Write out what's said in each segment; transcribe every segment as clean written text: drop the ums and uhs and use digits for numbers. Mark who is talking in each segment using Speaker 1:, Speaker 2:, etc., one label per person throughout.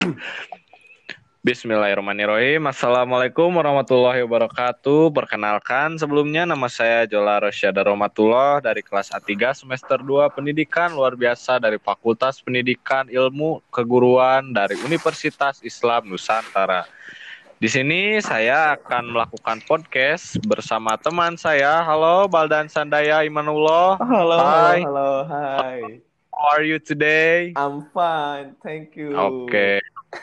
Speaker 1: Bismillahirrahmanirrahim. Assalamualaikum warahmatullahi wabarakatuh. Perkenalkan sebelumnya nama saya Jola Rosyada Romatullah dari kelas A3 semester 2 Pendidikan Luar Biasa dari Fakultas Pendidikan Ilmu Keguruan dari Universitas Islam Nusantara. Di sini saya akan melakukan podcast bersama teman saya. Halo Baldan Sandaya Imanullah.
Speaker 2: Oh, halo, halo,
Speaker 1: Hai,
Speaker 2: halo, hai.
Speaker 1: how are you today?
Speaker 2: I'm fine, thank you.
Speaker 1: Oke.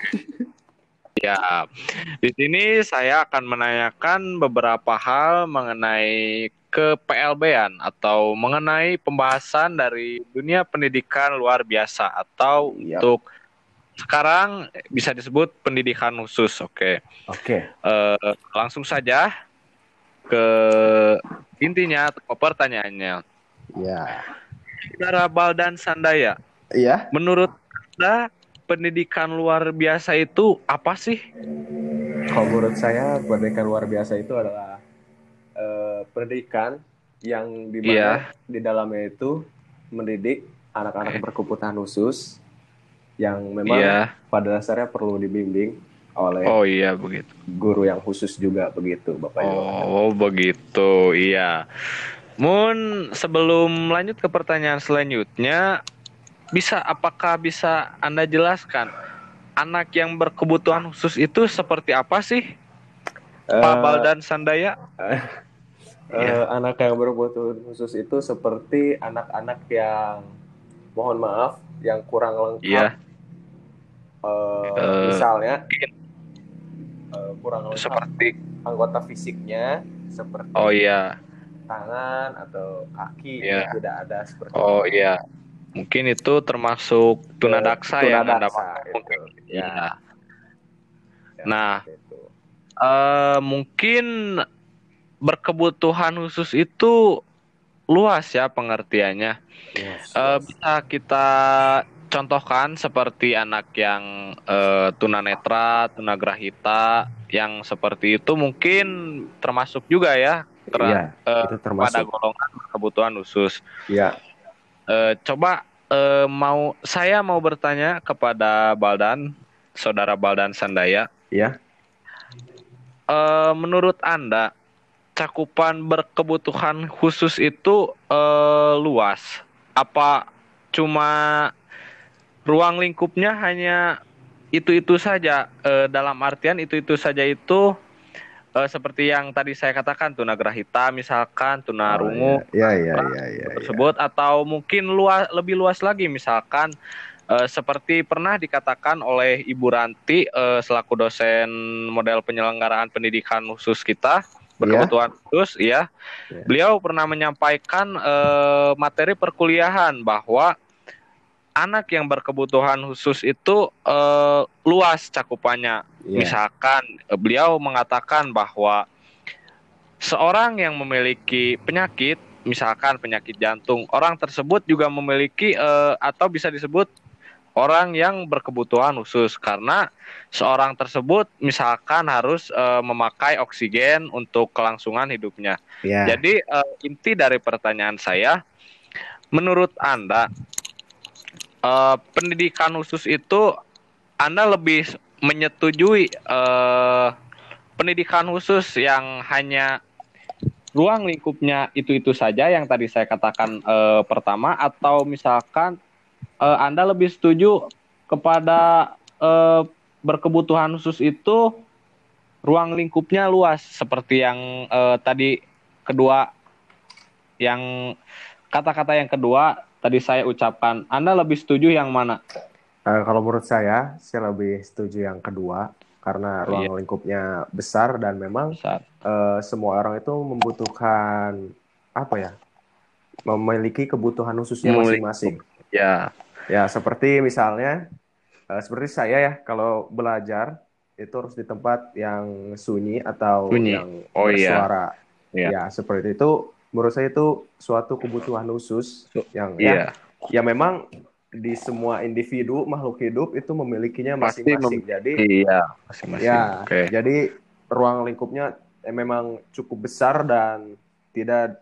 Speaker 1: Ya, di sini saya akan menanyakan beberapa hal mengenai ke-PLB-an atau mengenai pembahasan dari dunia pendidikan luar biasa atau
Speaker 2: Yap.
Speaker 1: untuk sekarang bisa disebut pendidikan khusus. Oke.
Speaker 2: Oke.
Speaker 1: Langsung saja ke intinya atau pertanyaannya.
Speaker 2: Ya.
Speaker 1: Saudara Baldan Sandaya,
Speaker 2: Iya.
Speaker 1: menurut Anda pendidikan luar biasa itu apa sih?
Speaker 2: Kalau menurut saya, pendidikan luar biasa itu adalah pendidikan yang dimana
Speaker 1: Iya,
Speaker 2: di dalamnya itu mendidik anak-anak
Speaker 1: oke.
Speaker 2: berkebutuhan khusus yang memang
Speaker 1: Iya.
Speaker 2: pada dasarnya perlu dibimbing oleh
Speaker 1: Oh iya begitu.
Speaker 2: guru yang khusus juga begitu, Bapak Yola.
Speaker 1: Oh begitu, iya. Mun sebelum lanjut ke pertanyaan selanjutnya, apakah bisa Anda jelaskan anak yang berkebutuhan khusus itu seperti apa sih, Pak
Speaker 2: Eh,
Speaker 1: Baldan Sandaya? Iya,
Speaker 2: anak yang berkebutuhan khusus itu seperti anak-anak yang mohon maaf yang kurang lengkap,
Speaker 1: iya. Eh,
Speaker 2: misalnya
Speaker 1: mungkin
Speaker 2: kurang lengkap
Speaker 1: seperti,
Speaker 2: anggota fisiknya
Speaker 1: oh
Speaker 2: seperti
Speaker 1: iya,
Speaker 2: tangan atau kaki
Speaker 1: iya,
Speaker 2: tidak ada seperti
Speaker 1: oh
Speaker 2: itu,
Speaker 1: iya. Mungkin itu termasuk tunadaksa yang Anda
Speaker 2: tunadaksa
Speaker 1: maksud
Speaker 2: itu
Speaker 1: mungkin.
Speaker 2: ya,
Speaker 1: Iya.
Speaker 2: ya
Speaker 1: Nah,
Speaker 2: seperti itu.
Speaker 1: mungkin berkebutuhan khusus itu luas ya pengertiannya.
Speaker 2: Luas, luas.
Speaker 1: Bisa kita contohkan seperti anak yang tunanetra, tunagrahita, yang seperti itu mungkin termasuk juga ya
Speaker 2: Iya, itu
Speaker 1: pada
Speaker 2: termasuk.
Speaker 1: golongan kebutuhan khusus.
Speaker 2: Ya.
Speaker 1: Coba saya mau bertanya kepada Baldan, saudara Baldan Sandaya.
Speaker 2: Ya.
Speaker 1: Menurut Anda, cakupan berkebutuhan khusus itu luas? Apa cuma ruang lingkupnya hanya itu-itu saja? Dalam artian itu-itu saja itu seperti yang tadi saya katakan, tunagrahita misalkan,
Speaker 2: Oh ya,
Speaker 1: tunarungu,
Speaker 2: ya, ya,
Speaker 1: tunanetra
Speaker 2: ya, ya, ya.
Speaker 1: tersebut, atau mungkin lebih luas lagi misalkan seperti pernah dikatakan oleh Ibu Ranti selaku dosen model penyelenggaraan pendidikan khusus kita
Speaker 2: Iya.
Speaker 1: berkebutuhan khusus, ya.
Speaker 2: Ya.
Speaker 1: Beliau pernah menyampaikan materi perkuliahan bahwa anak yang berkebutuhan khusus itu luas cakupannya.
Speaker 2: Iya.
Speaker 1: Misalkan beliau mengatakan bahwa seorang yang memiliki penyakit, misalkan penyakit jantung, orang tersebut juga memiliki atau bisa disebut orang yang berkebutuhan khusus karena seorang tersebut misalkan harus memakai oksigen untuk kelangsungan hidupnya.
Speaker 2: Ya.
Speaker 1: Jadi inti dari pertanyaan saya, menurut Anda pendidikan khusus itu Anda lebih menyetujui pendidikan khusus yang hanya ruang lingkupnya itu saja yang tadi saya katakan pertama, atau misalkan Anda lebih setuju kepada berkebutuhan khusus itu ruang lingkupnya luas seperti yang tadi kedua, yang kata-kata yang kedua tadi saya ucapkan. Anda lebih setuju yang mana?
Speaker 2: Kalau menurut saya lebih setuju yang kedua karena
Speaker 1: Oh iya,
Speaker 2: ruang lingkupnya besar dan memang
Speaker 1: besar.
Speaker 2: semua orang itu membutuhkan apa ya, memiliki kebutuhan khususnya
Speaker 1: Memiliki,
Speaker 2: masing-masing.
Speaker 1: ya,
Speaker 2: Ya, seperti misalnya seperti saya ya, kalau belajar itu harus di tempat yang sunyi atau
Speaker 1: bunyi.
Speaker 2: yang
Speaker 1: Oh iya,
Speaker 2: bersuara.
Speaker 1: iya.
Speaker 2: Ya, seperti itu. Menurut saya itu suatu kebutuhan khusus yang ya,
Speaker 1: Iya,
Speaker 2: ya memang di semua individu makhluk hidup itu memilikinya
Speaker 1: pasti
Speaker 2: masing-masing. Jadi
Speaker 1: iya, masing-masing.
Speaker 2: ya,
Speaker 1: Oke.
Speaker 2: jadi ruang lingkupnya memang cukup besar dan tidak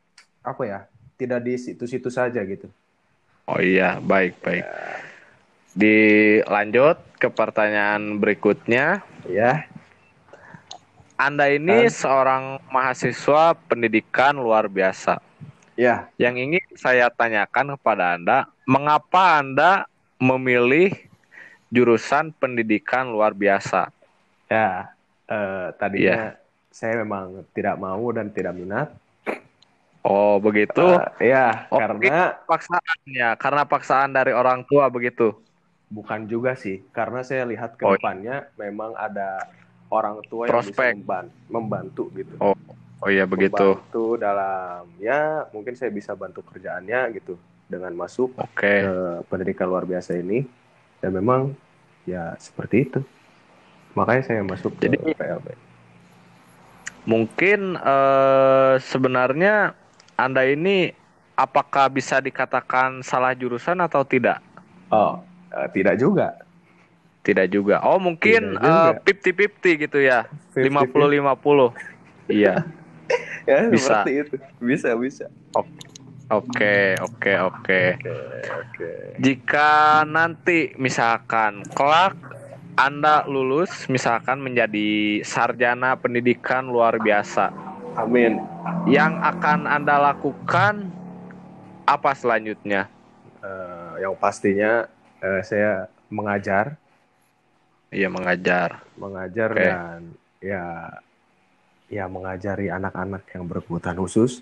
Speaker 2: apa ya, tidak di situ-situ saja gitu.
Speaker 1: Oh iya, baik, baik.
Speaker 2: Ya,
Speaker 1: Dilanjut ke pertanyaan berikutnya.
Speaker 2: Ya,
Speaker 1: Anda ini
Speaker 2: kan?
Speaker 1: seorang mahasiswa pendidikan luar biasa.
Speaker 2: Ya,
Speaker 1: Yang ingin saya tanyakan kepada Anda, mengapa Anda memilih jurusan pendidikan luar biasa?
Speaker 2: ya.
Speaker 1: Iya.
Speaker 2: Tadinya saya memang tidak mau dan tidak minat.
Speaker 1: Oh, begitu.
Speaker 2: Ya,
Speaker 1: Oh, mungkin
Speaker 2: karena
Speaker 1: paksaan ya, karena paksaan dari orang tua begitu.
Speaker 2: bukan juga sih, karena saya lihat ke
Speaker 1: Oh,
Speaker 2: depannya memang ada orang tua yang bisa
Speaker 1: prospek.
Speaker 2: membantu gitu.
Speaker 1: Oh, oh iya begitu.
Speaker 2: Membantu dalam ya mungkin saya bisa bantu kerjaannya gitu dengan masuk ke
Speaker 1: Oke.
Speaker 2: pendidikan luar biasa ini dan memang ya seperti itu. Makanya saya masuk ke
Speaker 1: Jadi
Speaker 2: PLB.
Speaker 1: mungkin sebenarnya Anda ini apakah bisa dikatakan salah jurusan atau tidak?
Speaker 2: Oh, tidak juga.
Speaker 1: Tidak juga. Oh,
Speaker 2: Tidak
Speaker 1: mungkin
Speaker 2: juga.
Speaker 1: 50-50 gitu ya.
Speaker 2: 50-50.
Speaker 1: 50-50. Iya,
Speaker 2: Ya, seperti
Speaker 1: bisa.
Speaker 2: itu. Bisa, bisa.
Speaker 1: Oke, oke, oke.
Speaker 2: Oke, oke.
Speaker 1: Jika nanti misalkan kelak Anda lulus misalkan menjadi sarjana pendidikan luar biasa,
Speaker 2: Amin.
Speaker 1: yang akan Anda lakukan apa selanjutnya?
Speaker 2: Yang pastinya saya mengajar,
Speaker 1: Iya, mengajar.
Speaker 2: mengajar
Speaker 1: Oke,
Speaker 2: dan ya ya mengajari anak-anak yang berkebutuhan khusus.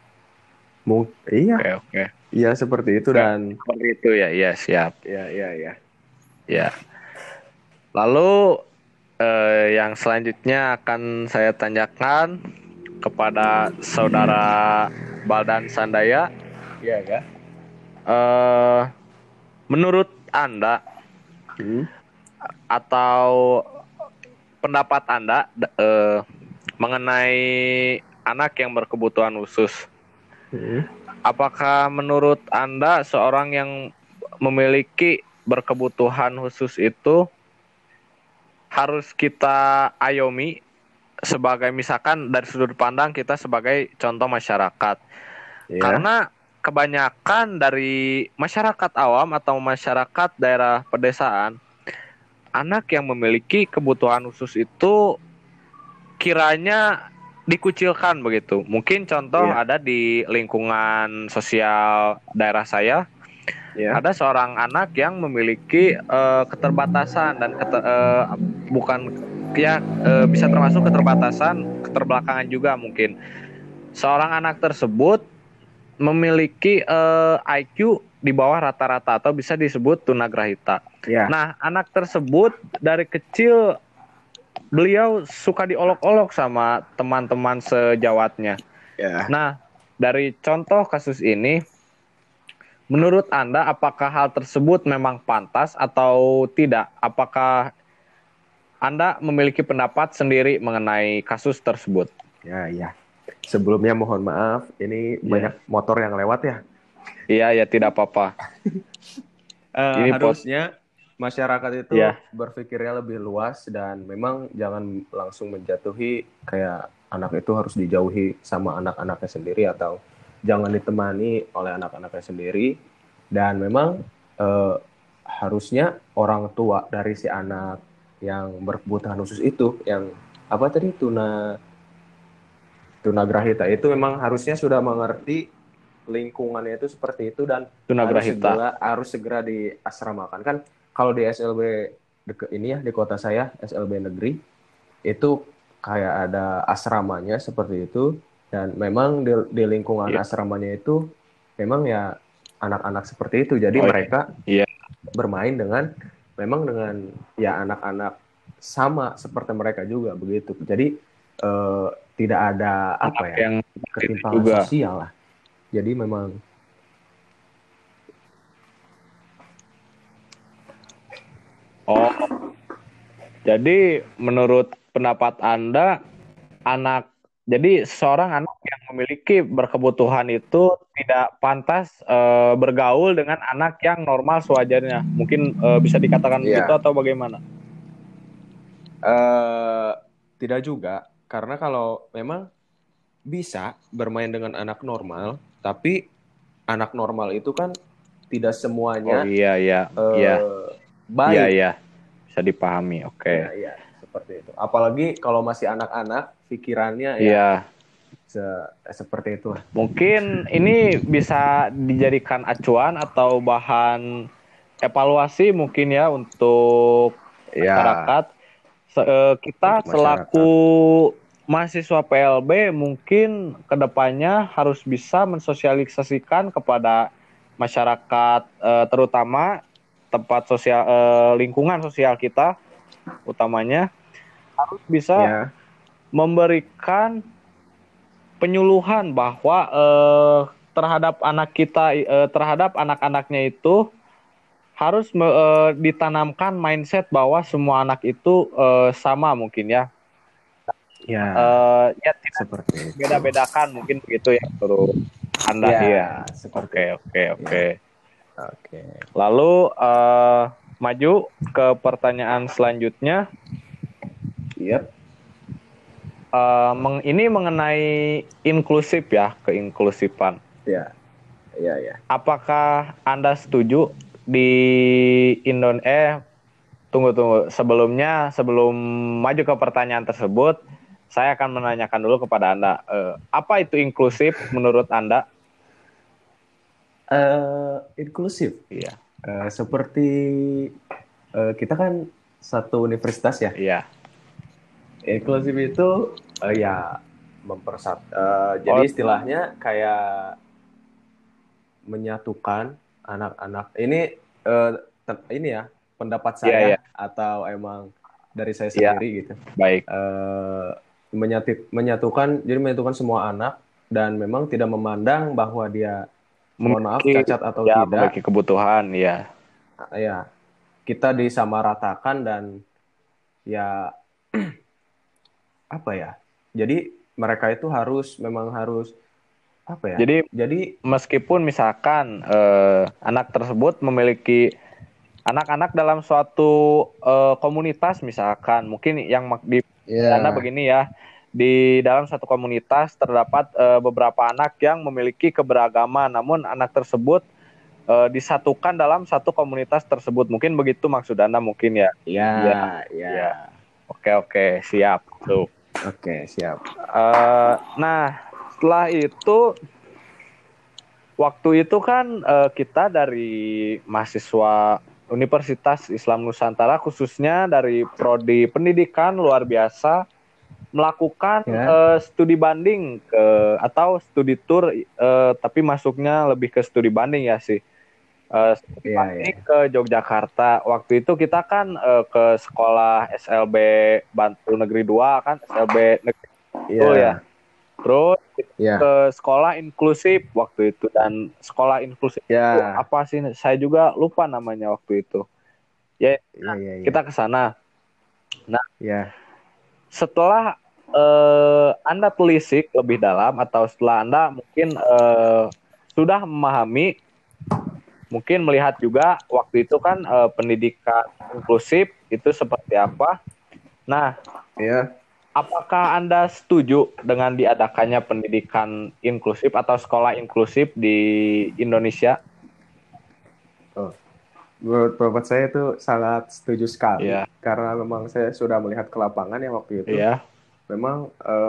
Speaker 1: oke,
Speaker 2: Iya,
Speaker 1: oke.
Speaker 2: iya seperti itu
Speaker 1: Oke,
Speaker 2: dan
Speaker 1: seperti itu ya. Iya, siap.
Speaker 2: ya ya ya.
Speaker 1: Ya. Lalu yang selanjutnya akan saya tanyakan kepada saudara Baldan Sandaya.
Speaker 2: Iya kah?
Speaker 1: Eh, Menurut Anda
Speaker 2: Hmm?
Speaker 1: atau pendapat Anda mengenai anak yang berkebutuhan khusus,
Speaker 2: Hmm?
Speaker 1: apakah menurut Anda seorang yang memiliki berkebutuhan khusus itu harus kita ayomi sebagai misalkan dari sudut pandang kita sebagai contoh masyarakat?
Speaker 2: Ya,
Speaker 1: Karena kebanyakan dari masyarakat awam atau masyarakat daerah pedesaan, anak yang memiliki kebutuhan khusus itu kiranya dikucilkan begitu. Mungkin contoh
Speaker 2: iya,
Speaker 1: ada di lingkungan sosial daerah saya,
Speaker 2: ya,
Speaker 1: ada seorang anak yang memiliki keterbatasan dan bukan ya bisa termasuk keterbatasan keterbelakangan juga mungkin. Seorang anak tersebut memiliki IQ di bawah rata-rata atau bisa disebut tunagrahita.
Speaker 2: ya,
Speaker 1: Nah, anak tersebut dari kecil beliau suka diolok-olok sama teman-teman sejawatnya.
Speaker 2: ya.
Speaker 1: Nah, dari contoh kasus ini, menurut Anda apakah hal tersebut memang pantas atau tidak? Apakah Anda memiliki pendapat sendiri mengenai kasus tersebut?
Speaker 2: Ya, ya. Sebelumnya mohon maaf, ini banyak
Speaker 1: Iya.
Speaker 2: motor yang lewat ya.
Speaker 1: Iya, ya tidak apa-apa. Ini
Speaker 2: Harusnya masyarakat itu
Speaker 1: ya.
Speaker 2: berpikirnya lebih luas dan memang jangan langsung menjatuhi kayak anak itu harus dijauhi sama anak-anaknya sendiri atau jangan ditemani oleh anak-anaknya sendiri dan memang eh, harusnya orang tua dari si anak yang berkebutuhan khusus itu yang apa tadi tunagrahita itu memang harusnya sudah mengerti lingkungannya itu seperti itu dan
Speaker 1: Tunagrahita.
Speaker 2: harus segera diasramakan kan kalau di SLB ini ya di kota saya SLB negeri itu kayak ada asramanya seperti itu dan memang di lingkungan
Speaker 1: Iya.
Speaker 2: asramanya itu memang ya anak-anak seperti itu jadi
Speaker 1: Oh iya.
Speaker 2: mereka
Speaker 1: Iya.
Speaker 2: bermain dengan memang dengan ya anak-anak sama seperti mereka juga begitu jadi eh, tidak ada apa
Speaker 1: Anak
Speaker 2: ya
Speaker 1: yang itu
Speaker 2: ketimpangan
Speaker 1: juga.
Speaker 2: sosial lah jadi memang
Speaker 1: Oh, jadi menurut pendapat Anda, anak jadi seorang anak yang memiliki berkebutuhan itu tidak pantas bergaul dengan anak yang normal sewajarnya. Mungkin bisa dikatakan begitu
Speaker 2: ya
Speaker 1: atau bagaimana?
Speaker 2: eh tidak juga karena kalau memang bisa bermain dengan anak normal tapi anak normal itu kan tidak
Speaker 1: Oh
Speaker 2: semuanya
Speaker 1: iya iya iya. Iya,
Speaker 2: baik.
Speaker 1: iya. Bisa dipahami. Oke.
Speaker 2: Ya, iya, seperti itu. Apalagi kalau masih anak-anak, pikirannya ya
Speaker 1: Iya.
Speaker 2: seperti itu.
Speaker 1: Mungkin ini bisa dijadikan acuan atau bahan evaluasi mungkin ya untuk
Speaker 2: Ya,
Speaker 1: masyarakat. Kita
Speaker 2: untuk
Speaker 1: selaku
Speaker 2: masyarakat.
Speaker 1: mahasiswa PLB mungkin kedepannya harus bisa mensosialisasikan kepada masyarakat, terutama tempat sosial, lingkungan sosial kita utamanya harus bisa
Speaker 2: Ya,
Speaker 1: memberikan penyuluhan bahwa terhadap anak kita, terhadap anak-anaknya itu harus ditanamkan mindset bahwa semua anak itu sama mungkin ya.
Speaker 2: ya,
Speaker 1: Ya tidak
Speaker 2: seperti itu.
Speaker 1: beda-bedakan mungkin begitu ya menurut Anda ya.
Speaker 2: Ya, seperti
Speaker 1: Oke,
Speaker 2: itu.
Speaker 1: oke,
Speaker 2: Ya,
Speaker 1: oke.
Speaker 2: oke.
Speaker 1: Lalu maju ke pertanyaan selanjutnya.
Speaker 2: Yep.
Speaker 1: Ini mengenai inklusif ya, keinklusifan.
Speaker 2: Ya, ya, ya.
Speaker 1: Apakah Anda setuju di tunggu sebelum maju ke pertanyaan tersebut, saya akan menanyakan dulu kepada Anda, apa itu inklusif menurut Anda?
Speaker 2: Inklusif.
Speaker 1: Iya,
Speaker 2: Seperti kita kan satu universitas ya.
Speaker 1: iya.
Speaker 2: Inklusif itu ya jadi
Speaker 1: Oh,
Speaker 2: istilahnya kayak menyatukan anak-anak. Ini ya pendapat
Speaker 1: iya,
Speaker 2: saya
Speaker 1: iya,
Speaker 2: atau emang dari saya
Speaker 1: iya.
Speaker 2: sendiri gitu.
Speaker 1: Baik.
Speaker 2: Menyatukan semua anak dan memang tidak memandang bahwa dia, mohon maaf,
Speaker 1: Memiliki,
Speaker 2: cacat atau
Speaker 1: ya, memiliki
Speaker 2: tidak.
Speaker 1: kebutuhan, ya.
Speaker 2: Ya, kita disamaratakan dan ya apa ya? Jadi mereka itu memang harus apa ya?
Speaker 1: Jadi
Speaker 2: Jadi
Speaker 1: meskipun misalkan anak tersebut memiliki anak-anak dalam suatu komunitas misalkan, mungkin yang di Anda
Speaker 2: ya,
Speaker 1: begini ya, di dalam satu komunitas terdapat beberapa anak yang memiliki keberagaman, namun anak tersebut disatukan dalam satu komunitas tersebut. Mungkin begitu maksud Anda mungkin ya.
Speaker 2: ya,
Speaker 1: Iya,
Speaker 2: ya.
Speaker 1: iya. Oke, oke, siap. Tuh.
Speaker 2: Oke, siap.
Speaker 1: Nah, setelah itu waktu itu kan kita dari mahasiswa Universitas Islam Nusantara khususnya dari prodi pendidikan luar biasa melakukan
Speaker 2: Ya,
Speaker 1: studi banding atau studi tour, tapi masuknya lebih ke studi banding ya sih. Studi
Speaker 2: ya,
Speaker 1: banding
Speaker 2: ya.
Speaker 1: ke Yogyakarta. Waktu itu kita kan ke sekolah SLB Bantul Negeri 2 kan, SLB Negeri Bantul ya.
Speaker 2: Ya,
Speaker 1: Terus
Speaker 2: ya,
Speaker 1: ke sekolah inklusif waktu itu, dan sekolah inklusif itu
Speaker 2: ya,
Speaker 1: apa sih? Saya juga lupa namanya waktu itu. Ya,
Speaker 2: ya, ya, ya,
Speaker 1: kita ke sana. Nah,
Speaker 2: ya,
Speaker 1: setelah Anda telisik lebih dalam atau setelah Anda mungkin sudah memahami, mungkin melihat juga waktu itu kan pendidikan inklusif itu seperti apa. Nah,
Speaker 2: ya.
Speaker 1: apakah Anda setuju dengan diadakannya pendidikan inklusif atau sekolah inklusif di Indonesia?
Speaker 2: Oh, menurut pendapat saya itu sangat setuju sekali
Speaker 1: Iya,
Speaker 2: karena memang saya sudah melihat ke lapangan yang waktu itu
Speaker 1: iya,
Speaker 2: memang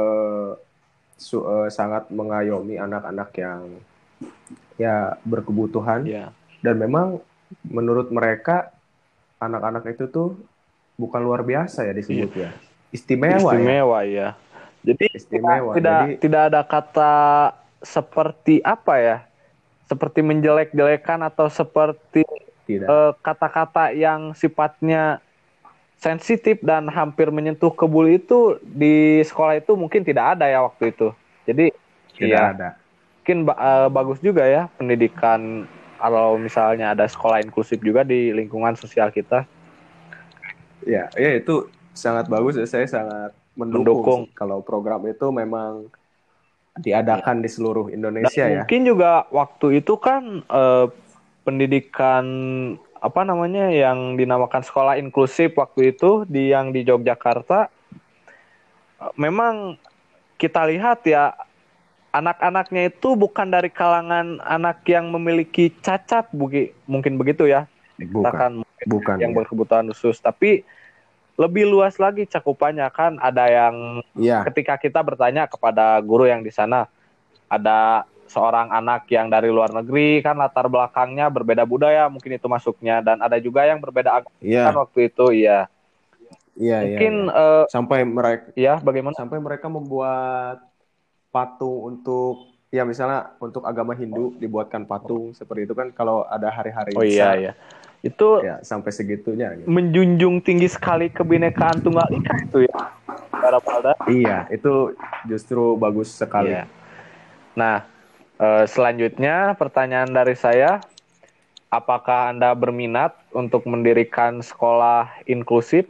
Speaker 2: sangat mengayomi anak-anak yang ya berkebutuhan
Speaker 1: iya.
Speaker 2: dan memang menurut mereka anak-anak itu tuh bukan luar biasa ya
Speaker 1: Iya.
Speaker 2: disebutnya, istimewa ya,
Speaker 1: Istimewa ya. Jadi tidak
Speaker 2: istimewa.
Speaker 1: tidak
Speaker 2: Jadi
Speaker 1: tidak ada kata seperti apa ya? Seperti menjelek-jelekan atau seperti
Speaker 2: tidak,
Speaker 1: kata-kata yang sifatnya sensitif dan hampir menyentuh kebul itu di sekolah itu mungkin tidak ada ya waktu itu. Jadi
Speaker 2: tidak
Speaker 1: iya,
Speaker 2: ada.
Speaker 1: mungkin bagus juga ya pendidikan kalau misalnya ada sekolah inklusif juga di lingkungan sosial kita.
Speaker 2: Ya, ya itu sangat bagus ya. Saya sangat mendukung
Speaker 1: Mendukung.
Speaker 2: sih kalau program itu memang
Speaker 1: Ya.
Speaker 2: diadakan di seluruh
Speaker 1: Dan
Speaker 2: Indonesia ya.
Speaker 1: mungkin juga waktu itu kan pendidikan apa namanya yang dinamakan sekolah inklusif waktu itu yang di Yogyakarta, memang kita lihat ya anak-anaknya itu bukan dari kalangan anak yang memiliki cacat, mungkin begitu ya.
Speaker 2: Bukan.
Speaker 1: Dikatakan
Speaker 2: Bukan
Speaker 1: yang
Speaker 2: ya.
Speaker 1: berkebutuhan khusus, tapi lebih luas lagi cakupannya kan. Ada yang
Speaker 2: Iya,
Speaker 1: ketika kita bertanya kepada guru yang di sana, ada seorang anak yang dari luar negeri kan, latar belakangnya berbeda budaya mungkin itu masuknya, dan ada juga yang berbeda agama kan
Speaker 2: iya,
Speaker 1: waktu itu ya.
Speaker 2: iya, iya, iya.
Speaker 1: Mungkin
Speaker 2: Sampai mereka
Speaker 1: ya bagaimana?
Speaker 2: sampai mereka membuat patung untuk ya misalnya untuk agama Hindu dibuatkan patung seperti itu kan kalau ada hari-hari
Speaker 1: Oh iya
Speaker 2: besar
Speaker 1: ya. Itu
Speaker 2: ya sampai segitunya gitu.
Speaker 1: menjunjung tinggi sekali kebinekaan tunggal ika itu ya, para Balda.
Speaker 2: Iya, itu justru bagus sekali.
Speaker 1: Iya. Nah, selanjutnya pertanyaan dari saya, apakah Anda berminat untuk mendirikan sekolah inklusif?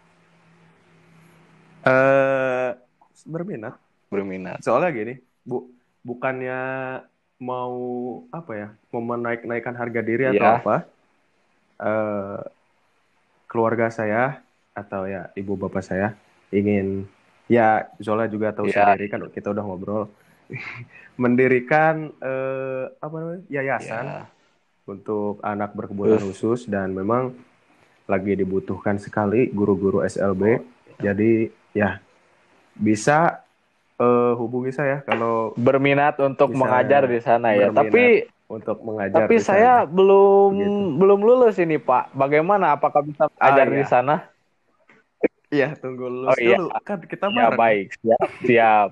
Speaker 2: Eh berminat.
Speaker 1: Berminat.
Speaker 2: Soalnya gini, bukannya mau apa ya, mau menaik-naikkan harga diri atau
Speaker 1: Iya,
Speaker 2: apa. Eh keluarga saya atau ya ibu bapak saya ingin ya Zola juga tahu
Speaker 1: iya,
Speaker 2: sendiri kan kita udah ngobrol mendirikan apa namanya yayasan
Speaker 1: iya.
Speaker 2: untuk anak berkebutuhan
Speaker 1: Terus,
Speaker 2: khusus dan memang lagi dibutuhkan sekali guru-guru SLB. Jadi ya bisa hubungi saya kalau
Speaker 1: berminat untuk mengajar
Speaker 2: misalnya
Speaker 1: di sana ya.
Speaker 2: berminat
Speaker 1: Tapi
Speaker 2: untuk mengajar
Speaker 1: tapi
Speaker 2: di sana.
Speaker 1: saya belum
Speaker 2: Begitu.
Speaker 1: belum lulus ini, Pak. Bagaimana? Apakah bisa
Speaker 2: Ah
Speaker 1: mengajar di
Speaker 2: iya,
Speaker 1: sana?
Speaker 2: iya tunggu
Speaker 1: Oh
Speaker 2: lulus
Speaker 1: iya,
Speaker 2: dulu kan kita
Speaker 1: ya
Speaker 2: bareng.
Speaker 1: baik, siap, siap.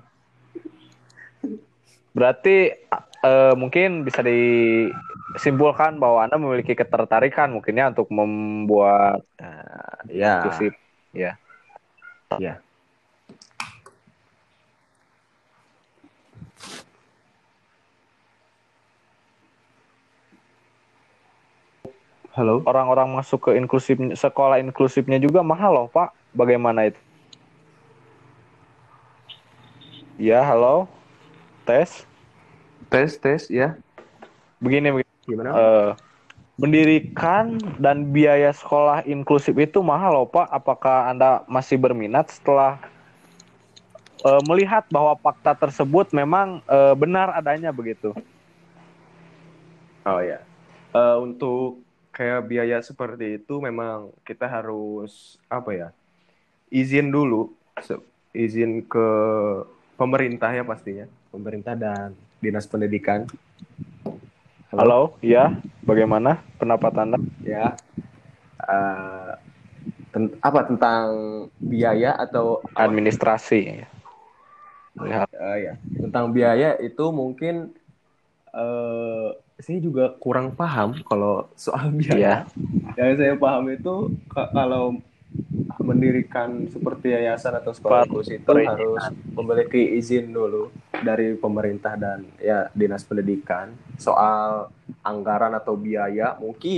Speaker 1: Berarti mungkin bisa disimpulkan bahwa Anda memiliki ketertarikan mungkin ya untuk membuat
Speaker 2: Ya,
Speaker 1: inklusif ya.
Speaker 2: ya. Halo.
Speaker 1: Orang-orang masuk ke inklusif, sekolah inklusifnya juga mahal loh, Pak. Bagaimana itu? Ya, halo. Tes.
Speaker 2: Tes, tes, ya.
Speaker 1: Begini,
Speaker 2: Gimana?
Speaker 1: mendirikan dan biaya sekolah inklusif itu mahal loh, Pak. Apakah Anda masih berminat setelah melihat bahwa fakta tersebut memang benar adanya begitu?
Speaker 2: Oh ya. Untuk kayak biaya seperti itu memang kita harus apa ya? Izin dulu, izin ke pemerintah ya pastinya, pemerintah dan dinas pendidikan. Halo,
Speaker 1: Halo, ya. Bagaimana pendapat Anda?
Speaker 2: ya. Eh, apa tentang biaya atau apa?
Speaker 1: Administrasi. Melihat.
Speaker 2: Ya, tentang biaya itu mungkin saya juga kurang paham kalau soal biaya.
Speaker 1: Iya.
Speaker 2: Yang saya paham itu kalau mendirikan seperti yayasan atau sekolah inklusif itu harus
Speaker 1: Perizinan.
Speaker 2: memiliki izin dulu dari pemerintah dan ya dinas pendidikan soal anggaran atau biaya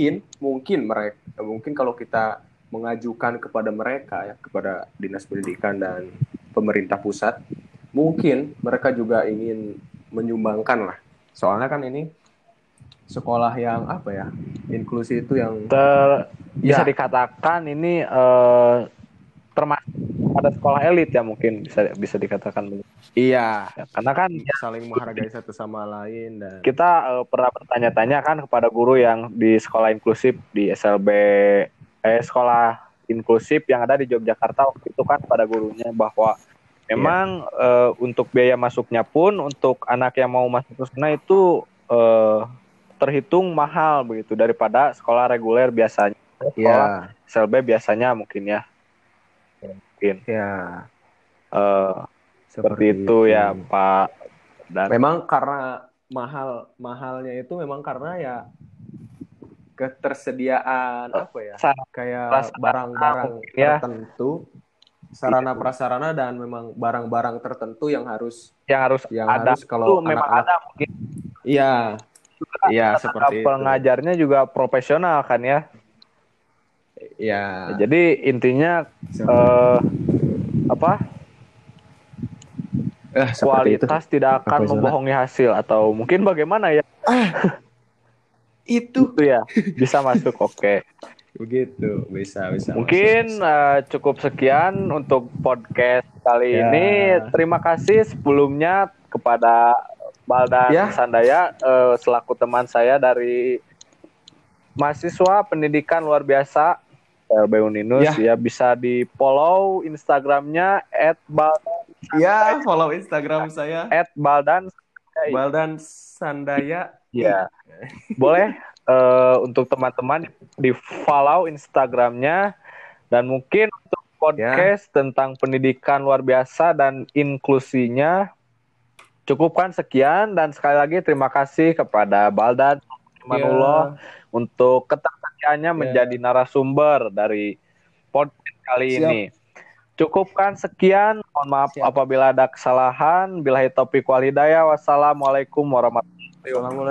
Speaker 2: mungkin kalau kita mengajukan kepada mereka ya kepada dinas pendidikan dan pemerintah pusat mungkin mereka juga ingin menyumbangkan lah soalnya kan ini sekolah yang apa ya inklusi itu yang
Speaker 1: Bisa
Speaker 2: ya
Speaker 1: dikatakan ini termasuk pada sekolah elit ya, mungkin bisa dikatakan begitu.
Speaker 2: iya
Speaker 1: Ya, karena kan ya,
Speaker 2: saling menghargai satu sama lain dan
Speaker 1: kita pernah bertanya-tanya kan kepada guru yang di sekolah inklusif di SLB, sekolah inklusif yang ada di Yogyakarta waktu itu kan, pada gurunya bahwa
Speaker 2: iya
Speaker 1: memang untuk biaya masuknya pun untuk anak yang mau masuk ke sana itu terhitung mahal begitu daripada sekolah reguler biasanya, sekolah
Speaker 2: iya
Speaker 1: SLB biasanya mungkin ya, mungkin
Speaker 2: ya
Speaker 1: seperti
Speaker 2: seperti
Speaker 1: itu
Speaker 2: itu
Speaker 1: ya Pak. Dan
Speaker 2: memang karena mahalnya itu memang karena ya ketersediaan apa ya kayak
Speaker 1: prasarana
Speaker 2: barang-barang
Speaker 1: mungkin ya,
Speaker 2: tertentu sarana prasarana dan memang barang-barang tertentu
Speaker 1: yang harus
Speaker 2: yang
Speaker 1: ada
Speaker 2: harus
Speaker 1: itu
Speaker 2: kalau
Speaker 1: memang
Speaker 2: anak-anak
Speaker 1: ada mungkin
Speaker 2: iya
Speaker 1: juga,
Speaker 2: iya
Speaker 1: tenaga
Speaker 2: seperti itu
Speaker 1: pengajarnya juga profesional kan ya.
Speaker 2: ya
Speaker 1: Jadi intinya
Speaker 2: seperti,
Speaker 1: apa,
Speaker 2: seperti itu
Speaker 1: kualitas tidak akan
Speaker 2: apa Zona?
Speaker 1: membohongi hasil, atau mungkin bagaimana ya,
Speaker 2: Itu
Speaker 1: itu ya bisa masuk. Oke,
Speaker 2: begitu bisa masuk
Speaker 1: mungkin
Speaker 2: bisa
Speaker 1: cukup sekian untuk podcast kali ini.
Speaker 2: ya
Speaker 1: Terima kasih sebelumnya kepada Baldan
Speaker 2: ya
Speaker 1: Sandaya selaku teman saya dari mahasiswa pendidikan luar biasa PLB Uninus ya, bisa di follow Instagramnya
Speaker 2: Ya, follow Instagram saya
Speaker 1: @baldan
Speaker 2: Baldan Sandaya.
Speaker 1: ya. Boleh untuk teman-teman di follow Instagramnya, dan mungkin untuk podcast tentang pendidikan luar biasa dan inklusinya cukupkan sekian, dan sekali lagi terima kasih kepada Baldan Imanullah untuk ketersediaannya menjadi narasumber dari podcast kali ini. Cukupkan sekian, mohon maaf apabila ada kesalahan. Billahi taufiq wal hidayah. Wassalamualaikum warahmatullahi wabarakatuh.